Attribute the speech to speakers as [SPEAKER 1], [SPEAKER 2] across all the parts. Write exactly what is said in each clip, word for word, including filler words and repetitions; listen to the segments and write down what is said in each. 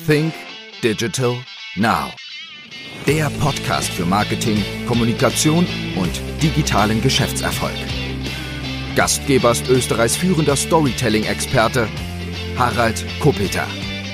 [SPEAKER 1] Think Digital Now. Der Podcast für Marketing, Kommunikation und digitalen Geschäftserfolg. Gastgeber ist Österreichs führender Storytelling-Experte Harald Kopeter.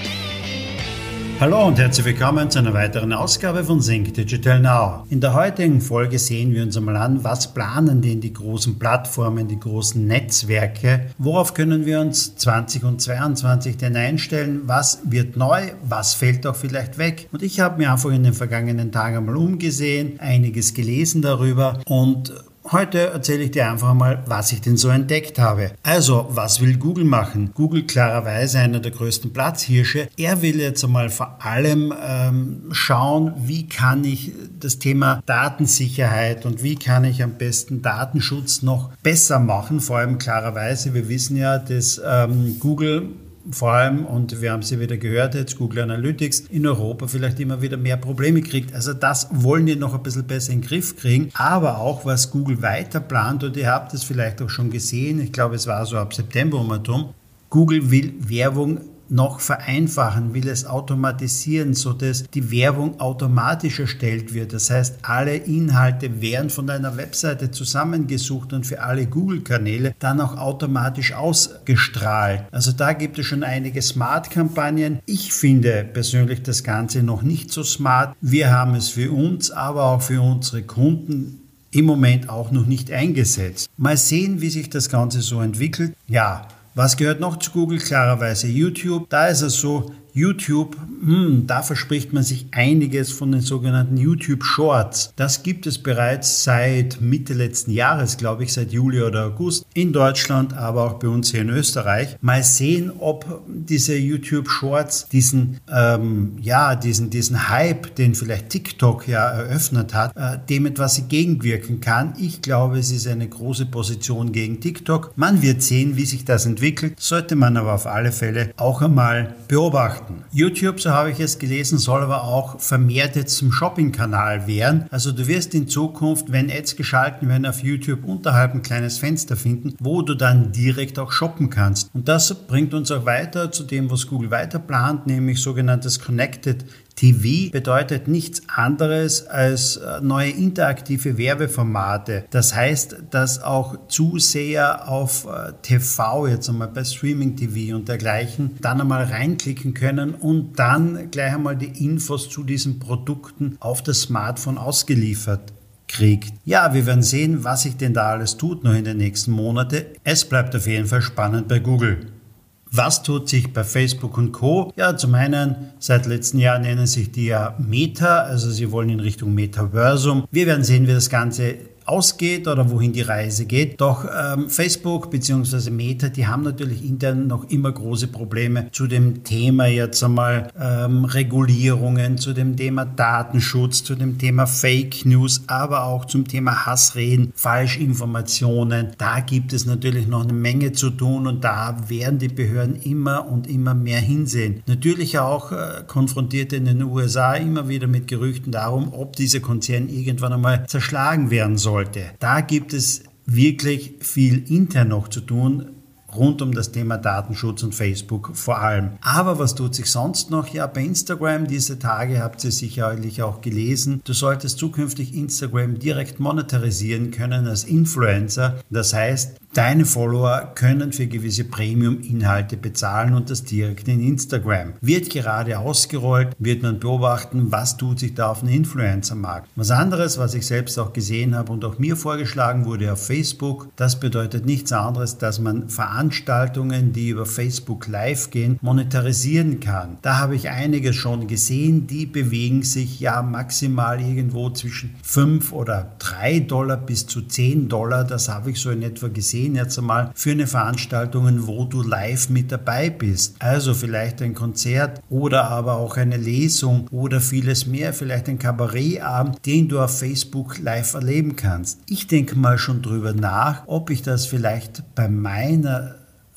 [SPEAKER 2] Hallo und herzlich willkommen zu einer weiteren Ausgabe von Think Digital Now. In der heutigen Folge sehen wir uns einmal an, was planen denn die großen Plattformen, die großen Netzwerke, worauf können wir uns zwanzig zweiundzwanzig denn einstellen, was wird neu, was fällt auch vielleicht weg. Und ich habe mir einfach in den vergangenen Tagen einmal umgesehen, einiges gelesen darüber und heute erzähle ich dir einfach mal, was ich denn so entdeckt habe. Also, was will Google machen? Google, klarerweise einer der größten Platzhirsche. Er will jetzt einmal vor allem ähm, schauen, wie kann ich das Thema Datensicherheit und wie kann ich am besten Datenschutz noch besser machen. Vor allem klarerweise, wir wissen ja, dass ähm, Google vor allem, und wir haben sie wieder gehört jetzt, Google Analytics in Europa vielleicht immer wieder mehr Probleme kriegt. Also das wollen die noch ein bisschen besser in den Griff kriegen. Aber auch, was Google weiter plant, und ihr habt es vielleicht auch schon gesehen, ich glaube, es war so ab September um und um, Google will Werbung noch vereinfachen, will es automatisieren, sodass die Werbung automatisch erstellt wird. Das heißt, alle Inhalte werden von deiner Webseite zusammengesucht und für alle Google-Kanäle dann auch automatisch ausgestrahlt. Also da gibt es schon einige Smart-Kampagnen. Ich finde persönlich das Ganze noch nicht so smart. Wir haben es für uns, aber auch für unsere Kunden im Moment auch noch nicht eingesetzt. Mal sehen, wie sich das Ganze so entwickelt. Ja, was gehört noch zu Google? Klarerweise YouTube. Da ist es so, YouTube, hm, da verspricht man sich einiges von den sogenannten YouTube Shorts. Das gibt es bereits seit Mitte letzten Jahres, glaube ich, seit Juli oder August in Deutschland, aber auch bei uns hier in Österreich. Mal sehen, ob diese YouTube Shorts diesen, ähm, ja, diesen, diesen Hype, den vielleicht TikTok ja eröffnet hat, äh, dem etwas entgegenwirken kann. Ich glaube, es ist eine große Position gegen TikTok. Man wird sehen, wie sich das entwickelt, sollte man aber auf alle Fälle auch einmal beobachten. YouTube, so habe ich es gelesen, soll aber auch vermehrt jetzt zum Shopping-Kanal werden. Also du wirst in Zukunft, wenn Ads geschalten werden auf YouTube, unterhalb ein kleines Fenster finden, wo du dann direkt auch shoppen kannst. Und das bringt uns auch weiter zu dem, was Google weiter plant, nämlich sogenanntes Connected T V bedeutet nichts anderes als neue interaktive Werbeformate. Das heißt, dass auch Zuseher auf T V, jetzt einmal bei Streaming-T V und dergleichen, dann einmal reinklicken können und dann gleich einmal die Infos zu diesen Produkten auf das Smartphone ausgeliefert kriegt. Ja, wir werden sehen, was sich denn da alles tut noch in den nächsten Monaten. Es bleibt auf jeden Fall spannend bei Google. Was tut sich bei Facebook und Co.? Ja, zum einen, seit letztem Jahr nennen sich die ja Meta, also sie wollen in Richtung Metaversum. Wir werden sehen, wie das Ganze ausgeht oder wohin die Reise geht. Doch ähm, Facebook bzw. Meta, die haben natürlich intern noch immer große Probleme zu dem Thema jetzt einmal ähm, Regulierungen, zu dem Thema Datenschutz, zu dem Thema Fake News, aber auch zum Thema Hassreden, Falschinformationen. Da gibt es natürlich noch eine Menge zu tun und da werden die Behörden immer und immer mehr hinsehen. Natürlich auch äh, konfrontiert in den U S A immer wieder mit Gerüchten darum, ob dieser Konzern irgendwann einmal zerschlagen werden soll. Da gibt es wirklich viel intern noch zu tun, rund um das Thema Datenschutz und Facebook vor allem. Aber was tut sich sonst noch? Ja, bei Instagram diese Tage habt ihr sicherlich auch gelesen. Du solltest zukünftig Instagram direkt monetarisieren können als Influencer. Das heißt, deine Follower können für gewisse Premium-Inhalte bezahlen und das direkt in Instagram. Wird gerade ausgerollt, wird man beobachten, was tut sich da auf dem Influencer-Markt. Was anderes, was ich selbst auch gesehen habe und auch mir vorgeschlagen wurde auf Facebook, das bedeutet nichts anderes, dass man Veranstaltungen, die über Facebook live gehen, monetarisieren kann. Da habe ich einige schon gesehen, die bewegen sich ja maximal irgendwo zwischen fünf oder drei Dollar bis zu zehn Dollar. Das habe ich so in etwa gesehen jetzt einmal für eine Veranstaltung, wo du live mit dabei bist. Also vielleicht ein Konzert oder aber auch eine Lesung oder vieles mehr, vielleicht ein Kabarettabend, den du auf Facebook live erleben kannst. Ich denke mal schon drüber nach, ob ich das vielleicht bei meiner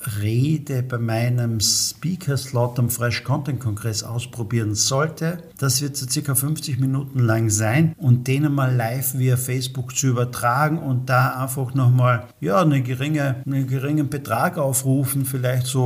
[SPEAKER 2] Rede bei meinem Speaker-Slot am Fresh Content Kongress ausprobieren sollte. Das wird so circa fünfzig Minuten lang sein und den einmal live via Facebook zu übertragen und da einfach nochmal ja, eine geringe, einen geringen Betrag aufrufen, vielleicht so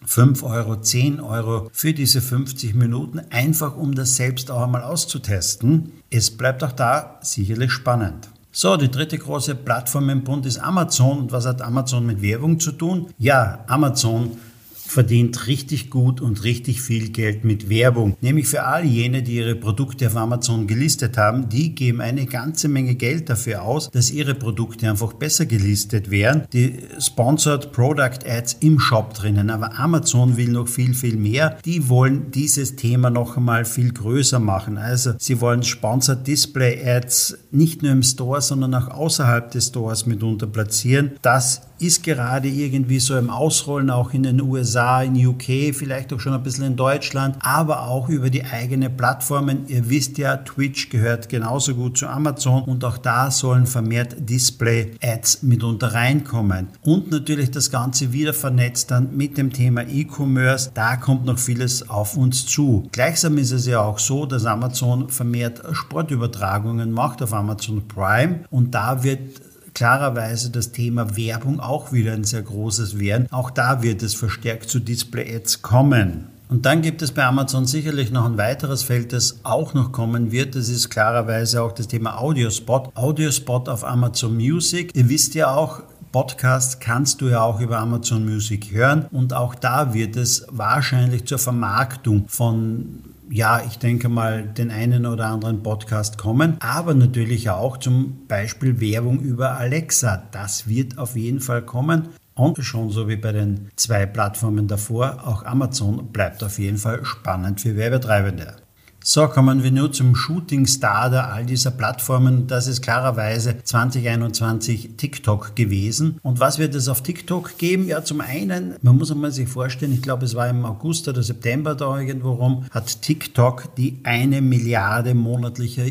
[SPEAKER 2] fünf Euro, zehn Euro für diese fünfzig Minuten, einfach um das selbst auch einmal auszutesten. Es bleibt auch da sicherlich spannend. So, die dritte große Plattform im Bund ist Amazon. Und was hat Amazon mit Werbung zu tun? Ja, Amazon verdient richtig gut und richtig viel Geld mit Werbung. Nämlich für all jene, die ihre Produkte auf Amazon gelistet haben, die geben eine ganze Menge Geld dafür aus, dass ihre Produkte einfach besser gelistet werden. Die Sponsored Product Ads im Shop drinnen. Aber Amazon will noch viel, viel mehr. Die wollen dieses Thema noch einmal viel größer machen. Also sie wollen Sponsored Display Ads nicht nur im Store, sondern auch außerhalb des Stores mitunter platzieren. Das ist gerade irgendwie so im Ausrollen, auch in den U S A, in U K, vielleicht auch schon ein bisschen in Deutschland, aber auch über die eigenen Plattformen. Ihr wisst ja, Twitch gehört genauso gut zu Amazon und auch da sollen vermehrt Display-Ads mitunter reinkommen. Und natürlich das Ganze wieder vernetzt dann mit dem Thema E-Commerce. Da kommt noch vieles auf uns zu. Gleichsam ist es ja auch so, dass Amazon vermehrt Sportübertragungen macht auf Amazon Prime und da wird klarerweise das Thema Werbung auch wieder ein sehr großes werden. Auch da wird es verstärkt zu Display-Ads kommen. Und dann gibt es bei Amazon sicherlich noch ein weiteres Feld, das auch noch kommen wird. Das ist klarerweise auch das Thema Audiospot. Audiospot auf Amazon Music. Ihr wisst ja auch, Podcast kannst du ja auch über Amazon Music hören. Und auch da wird es wahrscheinlich zur Vermarktung von ja, ich denke mal, den einen oder anderen Podcast kommen, aber natürlich auch zum Beispiel Werbung über Alexa. Das wird auf jeden Fall kommen. Und schon so wie bei den zwei Plattformen davor, auch Amazon bleibt auf jeden Fall spannend für Werbetreibende. So, kommen wir nur zum Shooting Star all dieser Plattformen. Das ist klarerweise zwanzig einundzwanzig TikTok gewesen. Und was wird es auf TikTok geben? Ja, zum einen, man muss einmal sich vorstellen, ich glaube, es war im August oder September da irgendwo rum, hat TikTok die eine Milliarde monatliche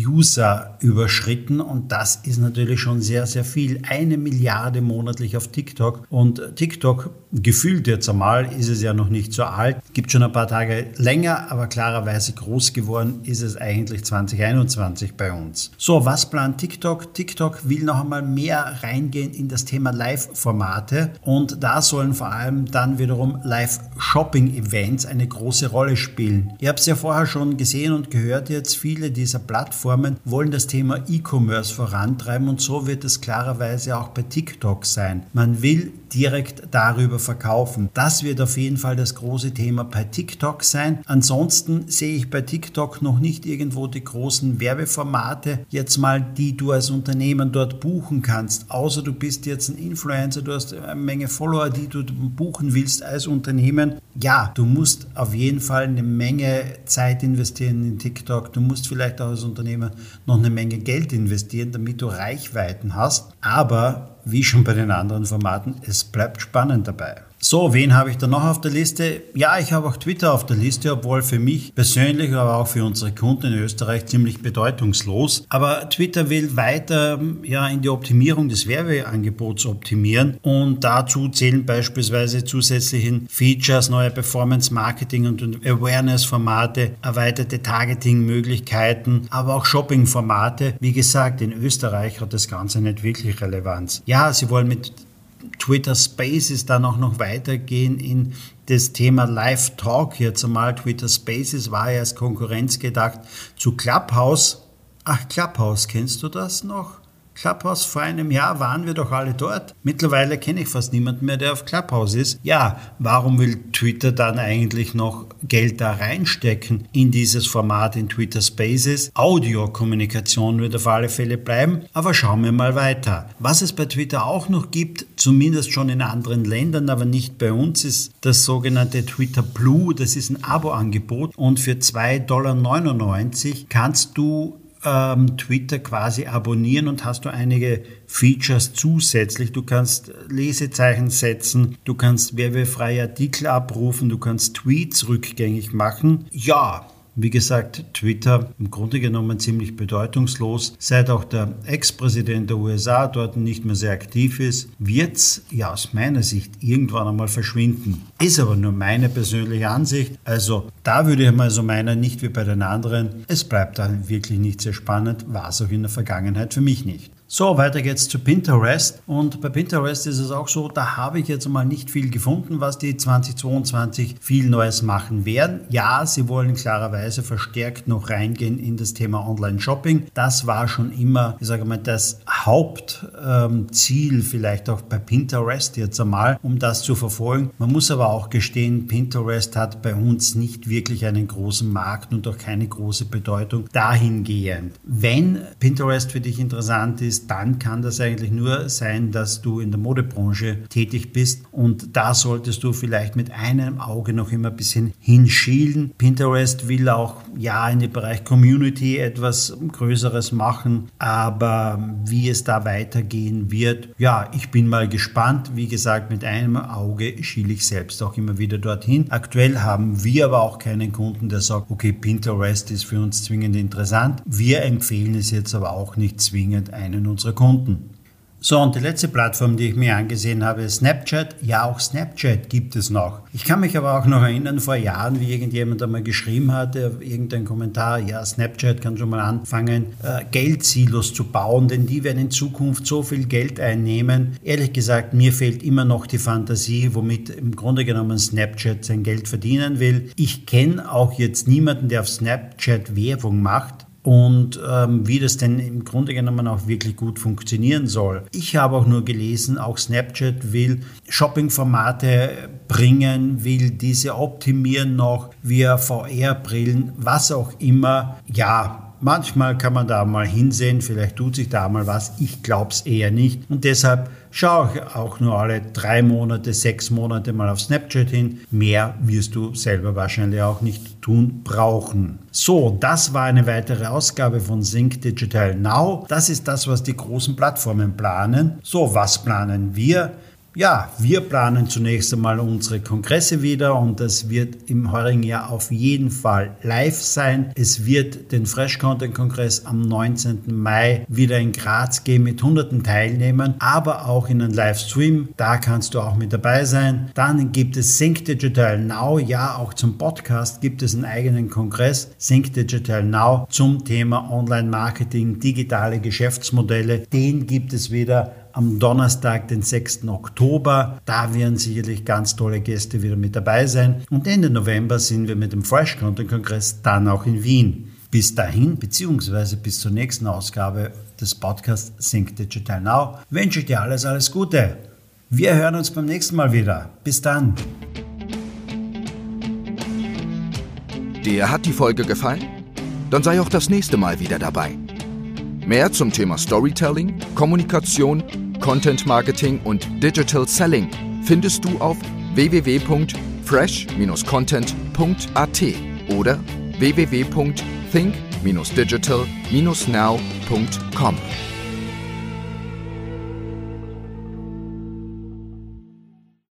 [SPEAKER 2] User überschritten und das ist natürlich schon sehr, sehr viel. Eine Milliarde monatlich auf TikTok und TikTok, gefühlt jetzt einmal, ist es ja noch nicht so alt, gibt schon ein paar Tage länger, aber klarerweise groß geworden ist es eigentlich zwanzig einundzwanzig bei uns. So, was plant TikTok? TikTok will noch einmal mehr reingehen in das Thema Live-Formate und da sollen vor allem dann wiederum Live-Shopping-Events eine große Rolle spielen. Ihr habt es ja vorher schon gesehen und gehört jetzt, viele dieser Plattformen wollen das Thema E-Commerce vorantreiben und so wird es klarerweise auch bei TikTok sein. Man will direkt darüber verkaufen. Das wird auf jeden Fall das große Thema bei TikTok sein. Ansonsten sehe ich bei TikTok noch nicht irgendwo die großen Werbeformate, jetzt mal, die du als Unternehmen dort buchen kannst. Außer du bist jetzt ein Influencer, du hast eine Menge Follower, die du buchen willst als Unternehmen. Ja, du musst auf jeden Fall eine Menge Zeit investieren in TikTok. Du musst vielleicht auch als Unternehmen noch eine Menge Geld investieren, damit du Reichweiten hast. Aber wie schon bei den anderen Formaten, es bleibt spannend dabei. So, wen habe ich da noch auf der Liste? Ja, ich habe auch Twitter auf der Liste, obwohl für mich persönlich, aber auch für unsere Kunden in Österreich ziemlich bedeutungslos. Aber Twitter will weiter ja, in die Optimierung des Werbeangebots optimieren und dazu zählen beispielsweise zusätzliche Features, neue Performance-Marketing- und Awareness-Formate, erweiterte Targeting-Möglichkeiten, aber auch Shopping-Formate. Wie gesagt, in Österreich hat das Ganze nicht wirklich Relevanz. Ja, sie wollen mit Twitter Spaces dann auch noch weitergehen in das Thema Live Talk. Jetzt einmal Twitter Spaces war ja als Konkurrenz gedacht zu Clubhouse. Ach, Clubhouse, kennst du das noch? Clubhouse, vor einem Jahr waren wir doch alle dort. Mittlerweile kenne ich fast niemanden mehr, der auf Clubhouse ist. Ja, warum will Twitter dann eigentlich noch Geld da reinstecken in dieses Format in Twitter Spaces? Audiokommunikation wird auf alle Fälle bleiben, aber schauen wir mal weiter. Was es bei Twitter auch noch gibt, zumindest schon in anderen Ländern, aber nicht bei uns, ist das sogenannte Twitter Blue. Das ist ein Abo-Angebot und für zwei Komma neunundneunzig Dollar kannst du Twitter quasi abonnieren und hast du einige Features zusätzlich. Du kannst Lesezeichen setzen, du kannst werbefreie Artikel abrufen, du kannst Tweets rückgängig machen. Ja, wie gesagt, Twitter im Grunde genommen ziemlich bedeutungslos. Seit auch der Ex-Präsident der U S A dort nicht mehr sehr aktiv ist, wird es ja aus meiner Sicht irgendwann einmal verschwinden. Ist aber nur meine persönliche Ansicht. Also da würde ich mal so meinen, nicht wie bei den anderen. Es bleibt dann wirklich nicht sehr spannend, war es auch in der Vergangenheit für mich nicht. So, weiter geht's zu Pinterest und bei Pinterest ist es auch so, da habe ich jetzt mal nicht viel gefunden, was die zweitausendzweiundzwanzig viel Neues machen werden. Ja, sie wollen klarerweise verstärkt noch reingehen in das Thema Online-Shopping. Das war schon immer, ich sage mal, das Hauptziel vielleicht auch bei Pinterest jetzt einmal, um das zu verfolgen. Man muss aber auch gestehen, Pinterest hat bei uns nicht wirklich einen großen Markt und auch keine große Bedeutung dahingehend. Wenn Pinterest für dich interessant ist, dann kann das eigentlich nur sein, dass du in der Modebranche tätig bist und da solltest du vielleicht mit einem Auge noch immer ein bisschen hinschielen. Pinterest will auch ja in dem Bereich Community etwas Größeres machen, aber wie es da weitergehen wird, ja, ich bin mal gespannt. Wie gesagt, mit einem Auge schiele ich selbst auch immer wieder dorthin. Aktuell haben wir aber auch keinen Kunden, der sagt, okay, Pinterest ist für uns zwingend interessant. Wir empfehlen es jetzt aber auch nicht zwingend einen unserer Kunden. So, und die letzte Plattform, die ich mir angesehen habe, ist Snapchat. Ja, auch Snapchat gibt es noch. Ich kann mich aber auch noch erinnern, vor Jahren, wie irgendjemand einmal geschrieben hatte, irgendein Kommentar, ja, Snapchat kann schon mal anfangen, äh, Geldsilos zu bauen, denn die werden in Zukunft so viel Geld einnehmen. Ehrlich gesagt, mir fehlt immer noch die Fantasie, womit im Grunde genommen Snapchat sein Geld verdienen will. Ich kenne auch jetzt niemanden, der auf Snapchat Werbung macht. Und ähm, wie das denn im Grunde genommen auch wirklich gut funktionieren soll. Ich habe auch nur gelesen, auch Snapchat will Shopping-Formate bringen, will diese optimieren noch via V R-Brillen, was auch immer. Ja, manchmal kann man da mal hinsehen, vielleicht tut sich da mal was. Ich glaube es eher nicht. Und deshalb schaue ich auch nur alle drei Monate, sechs Monate mal auf Snapchat hin. Mehr wirst du selber wahrscheinlich auch nicht tun brauchen. So, das war eine weitere Ausgabe von Think Digital Now. Das ist das, was die großen Plattformen planen. So, was planen wir? Ja, wir planen zunächst einmal unsere Kongresse wieder und das wird im heurigen Jahr auf jeden Fall live sein. Es wird den Fresh Content Kongress am neunzehnten Mai wieder in Graz geben mit hunderten Teilnehmern, aber auch in einem Livestream. Da kannst du auch mit dabei sein. Dann gibt es Think Digital Now. Ja, auch zum Podcast gibt es einen eigenen Kongress. Think Digital Now zum Thema Online-Marketing, digitale Geschäftsmodelle. Den gibt es wieder am Donnerstag, den sechsten Oktober. Da werden sicherlich ganz tolle Gäste wieder mit dabei sein. Und Ende November sind wir mit dem Fresh Content Kongress dann auch in Wien. Bis dahin, beziehungsweise bis zur nächsten Ausgabe des Podcasts Think Digital Now, wünsche ich dir alles, alles Gute. Wir hören uns beim nächsten Mal wieder. Bis dann.
[SPEAKER 1] Dir hat die Folge gefallen? Dann sei auch das nächste Mal wieder dabei. Mehr zum Thema Storytelling, Kommunikation, Content Marketing und Digital Selling findest du auf w w w punkt fresh dash content punkt a t oder w w w punkt think dash digital dash now punkt com.